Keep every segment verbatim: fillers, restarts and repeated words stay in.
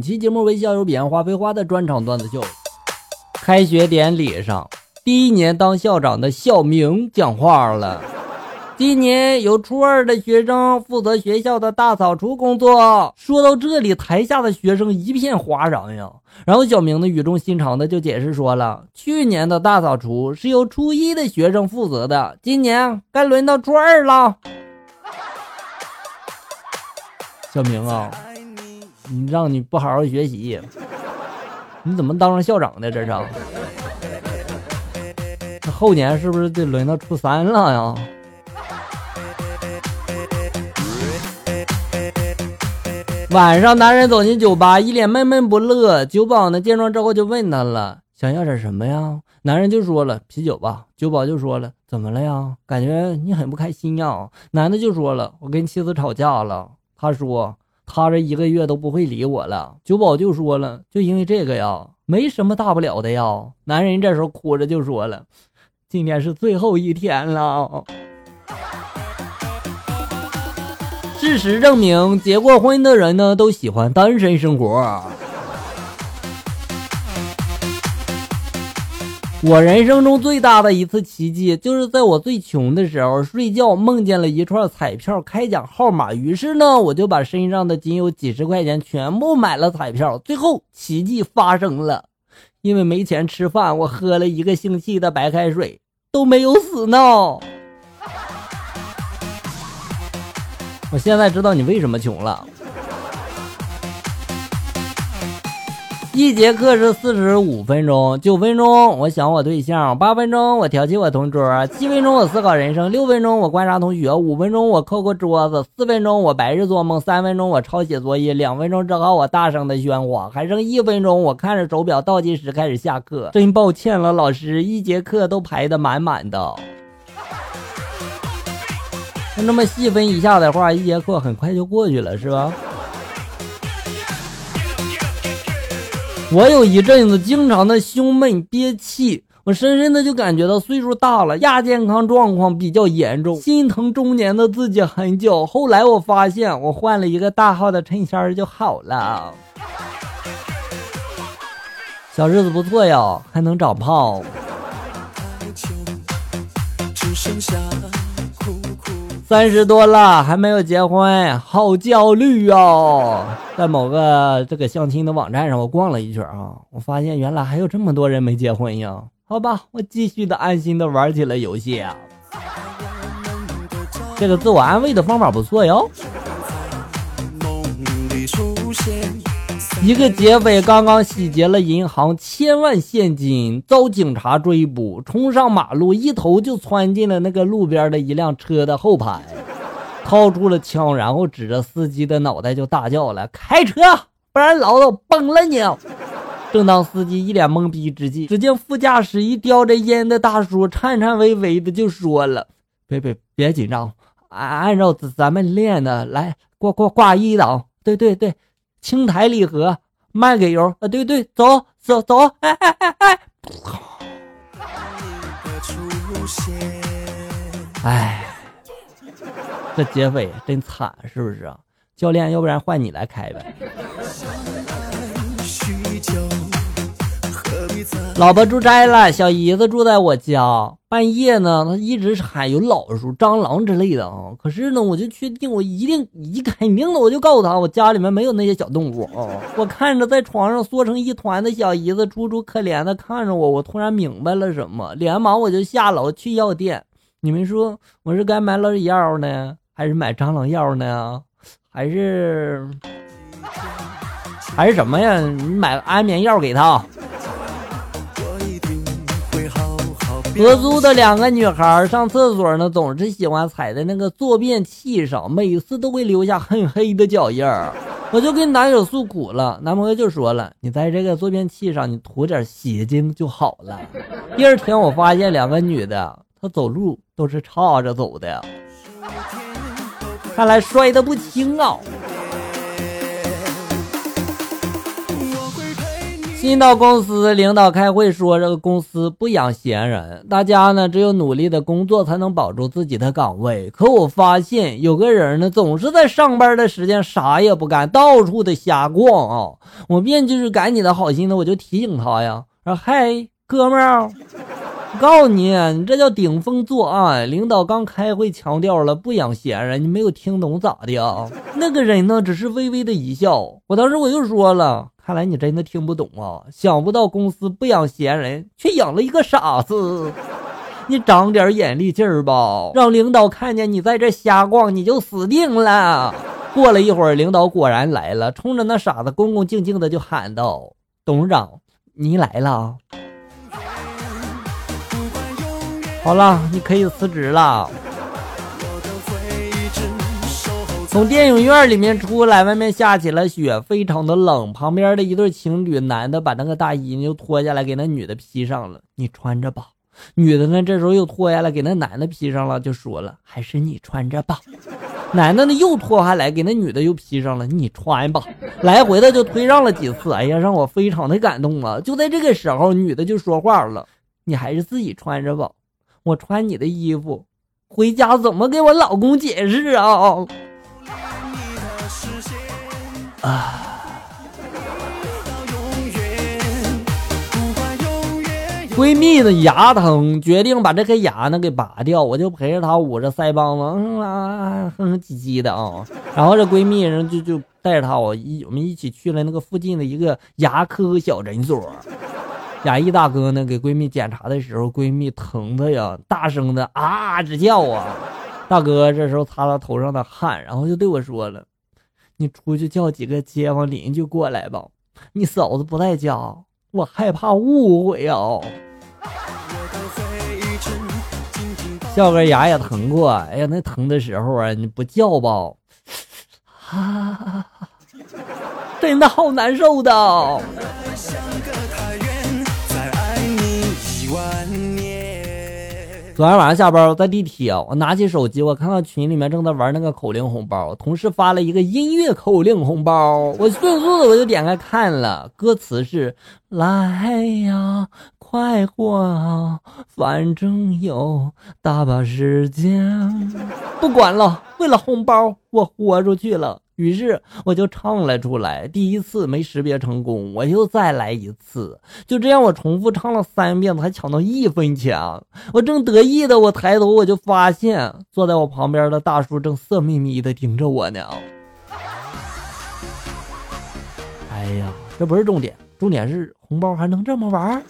本期节目为校友彼岸花非花的专场段子秀。开学典礼上，第一年当校长的小明讲话了。今年有初二的学生负责学校的大扫除工作。说到这里，台下的学生一片哗然呀。然后小明呢语重心长的就解释说了，去年的大扫除是由初一的学生负责的，今年该轮到初二了。小明啊，你让你不好好学习，你怎么当上校长的？这是那后年是不是得轮到初三了呀？晚上，男人走进酒吧，一脸闷闷不乐。酒保呢见状之后就问他了，想要点什么呀？男人就说了，啤酒吧。酒保就说了，怎么了呀？感觉你很不开心呀。男的就说了，我跟妻子吵架了，他说他这一个月都不会理我了。酒保就说了，就因为这个呀，没什么大不了的呀。男人这时候哭着就说了，今天是最后一天了。事实证明，结过婚的人呢都喜欢单身生活。我人生中最大的一次奇迹，就是在我最穷的时候睡觉梦见了一串彩票开奖号码，于是呢我就把身上的仅有几十块钱全部买了彩票。最后奇迹发生了，因为没钱吃饭，我喝了一个星期的白开水都没有死呢。我现在知道你为什么穷了。一节课是四十五分钟，九分钟我想我对象，八分钟我调戏我同桌，七分钟我思考人生，六分钟我观察同学，五分钟我扣扣桌子，四分钟我白日做梦，三分钟我抄写作业，两分钟正好我大声的喧哗，还剩一分钟我看着手表倒计时开始下课。真抱歉了老师，一节课都排得满满的。那么细分一下的话，一节课很快就过去了，是吧？我有一阵子经常的胸闷憋气，我深深的就感觉到岁数大了，亚健康状况比较严重，心疼中年的自己很久。后来我发现我换了一个大号的衬衫就好了。小日子不错呀，还能长胖。三十多了还没有结婚，好焦虑哦。在某个这个相亲的网站上我逛了一圈啊，我发现原来还有这么多人没结婚呀。好吧，我继续的安心的玩起了游戏啊。这个自我安慰的方法不错哟。一个劫匪刚刚洗劫了银行千万现金，遭警察追捕，冲上马路，一头就窜进了那个路边的一辆车的后排，掏出了枪，然后指着司机的脑袋就大叫了，开车，不然老子崩了你。正当司机一脸懵逼之际，只见副驾驶一叼着烟的大叔颤颤巍巍的就说了，别别别紧张，按照咱们练的来，挂挂挂一档，对对对，轻抬离合，慢给油啊！对对，走走走！哎哎哎哎！哎，这劫匪真惨，是不是啊？教练，要不然换你来开呗。老婆出差了，小姨子住在我家。半夜呢，他一直喊有老鼠、蟑螂之类的啊。可是呢，我就确定，我一定一肯定的，我就告诉他，我家里面没有那些小动物啊。我看着在床上缩成一团的小姨子，楚楚可怜的看着我，我突然明白了什么，连忙我就下楼去药店。你们说，我是该买老鼠药呢，还是买蟑螂药呢？还是还是什么呀？你买个安眠药给他。合租的两个女孩上厕所呢，总是喜欢踩在那个坐便器上，每次都会留下很黑的脚印儿。我就跟男友诉苦了，男朋友就说了，你在这个坐便器上你涂点洗精就好了。第二天我发现两个女的，她走路都是叉着走的，看来摔得不轻啊。 新到公司，领导开会说这个公司不养闲人，大家呢只有努力的工作才能保住自己的岗位。可我发现有个人呢总是在上班的时间啥也不干，到处的瞎逛啊！我便就是赶紧的好心的我就提醒他呀，说嗨哥们儿，我告诉你，你这叫顶风作案。领导刚开会强调了不养闲人，你没有听懂咋的啊？那个人呢只是微微的一笑。我当时我就说了，看来你真的听不懂啊！想不到公司不养闲人，却养了一个傻子。你长点眼力劲儿吧，让领导看见你在这瞎逛，你就死定了。过了一会儿，领导果然来了，冲着那傻子恭恭敬敬的就喊道：董事长，你来了。好了，你可以辞职了。从电影院里面出来，外面下起了雪，非常的冷。旁边的一对情侣，男的把那个大衣就脱下来给那女的披上了，你穿着吧。女的呢这时候又脱下来给那男的披上了，就说了，还是你穿着吧。男的呢又脱下来给那女的又披上了，你穿吧。来回的就推让了几次，哎呀，让我非常的感动啊。就在这个时候，女的就说话了，你还是自己穿着吧，我穿你的衣服回家怎么给我老公解释啊？啊！闺蜜的牙疼，决定把这颗牙呢给拔掉，我就陪着她捂着腮帮子，嗯啊，哼哼唧唧的啊。然后这闺蜜人就就带着她，我一我们一起去了那个附近的一个牙科小诊所。牙医大哥呢给闺蜜检查的时候，闺蜜疼的呀，大声的啊直叫啊。大哥这时候擦了头上的汗，然后就对我说了，你出去叫几个街坊邻居过来吧，你嫂子不在家，我害怕误会啊。笑哥牙也疼过，哎呀，那疼的时候啊，你不叫吧，啊，真的好难受的。昨天晚上下班，我在地铁，我拿起手机，我看到群里面正在玩那个口令红包，同事发了一个音乐口令红包，我迅速的我就点开看了，歌词是来呀快活啊，反正有大把时间，不管了，为了红包我豁出去了。于是我就唱了出来，第一次没识别成功，我又再来一次，就这样我重复唱了三遍才抢到一分钱。我正得意的我抬头我就发现坐在我旁边的大叔正色眯眯的盯着我呢。哎呀，这不是重点，重点是红包还能这么玩。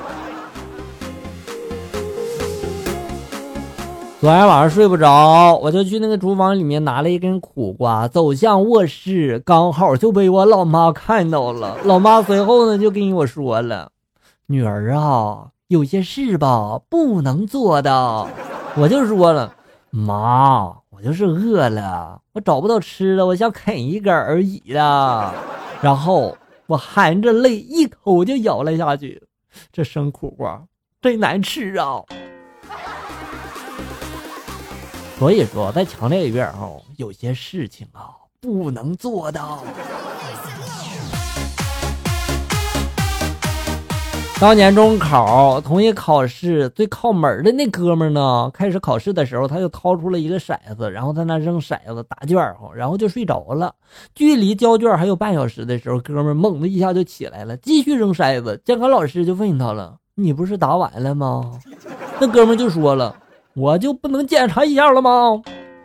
昨天晚上睡不着，我就去那个厨房里面拿了一根苦瓜，走向卧室，刚好就被我老妈看到了。老妈随后呢就跟我说了，女儿啊，有些事吧不能做的。我就说了，妈，我就是饿了，我找不到吃的，我想啃一根而已的。然后我含着泪一口就咬了下去，这生苦瓜真难吃啊。所以说再强烈一遍哦，有些事情啊不能做的。当年中考同一考试最靠门的那哥们呢，开始考试的时候他就掏出了一个骰子，然后在那扔骰子答卷，然后就睡着了。距离交卷还有半小时的时候，哥们猛的一下就起来了，继续扔骰子。监考老师就问他了，你不是答完了吗？那哥们就说了，我就不能检查一下了吗？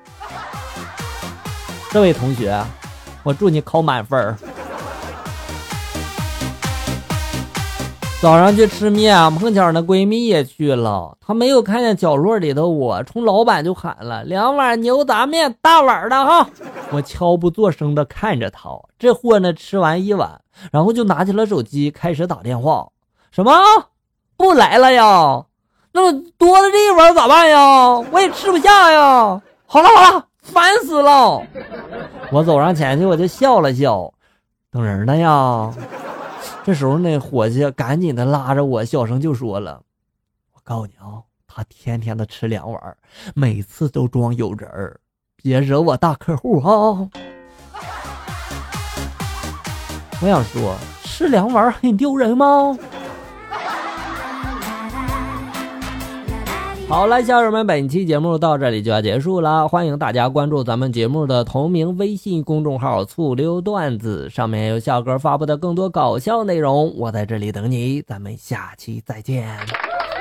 这位同学，我祝你考满分。早上去吃面，碰巧那闺蜜也去了，她没有看见角落里的我，冲老板就喊了，两碗牛杂面，大碗的哈。我悄不作声的看着她，这货呢吃完一碗，然后就拿起了手机开始打电话。什么？不来了呀？那么多的这一碗咋办呀？我也吃不下呀。好了好了，烦死了。我走上前去，我就笑了笑，等人呢呀。这时候那伙计赶紧的拉着我，小声就说了，我告诉你啊，他天天的吃两碗，每次都装有人儿，别惹我大客户啊。 我想说，吃凉丸很丢人吗？好了，小友们，本期节目到这里就要结束了，欢迎大家关注咱们节目的同名微信公众号醋溜段子，上面有笑哥发布的更多搞笑内容，我在这里等你，咱们下期再见。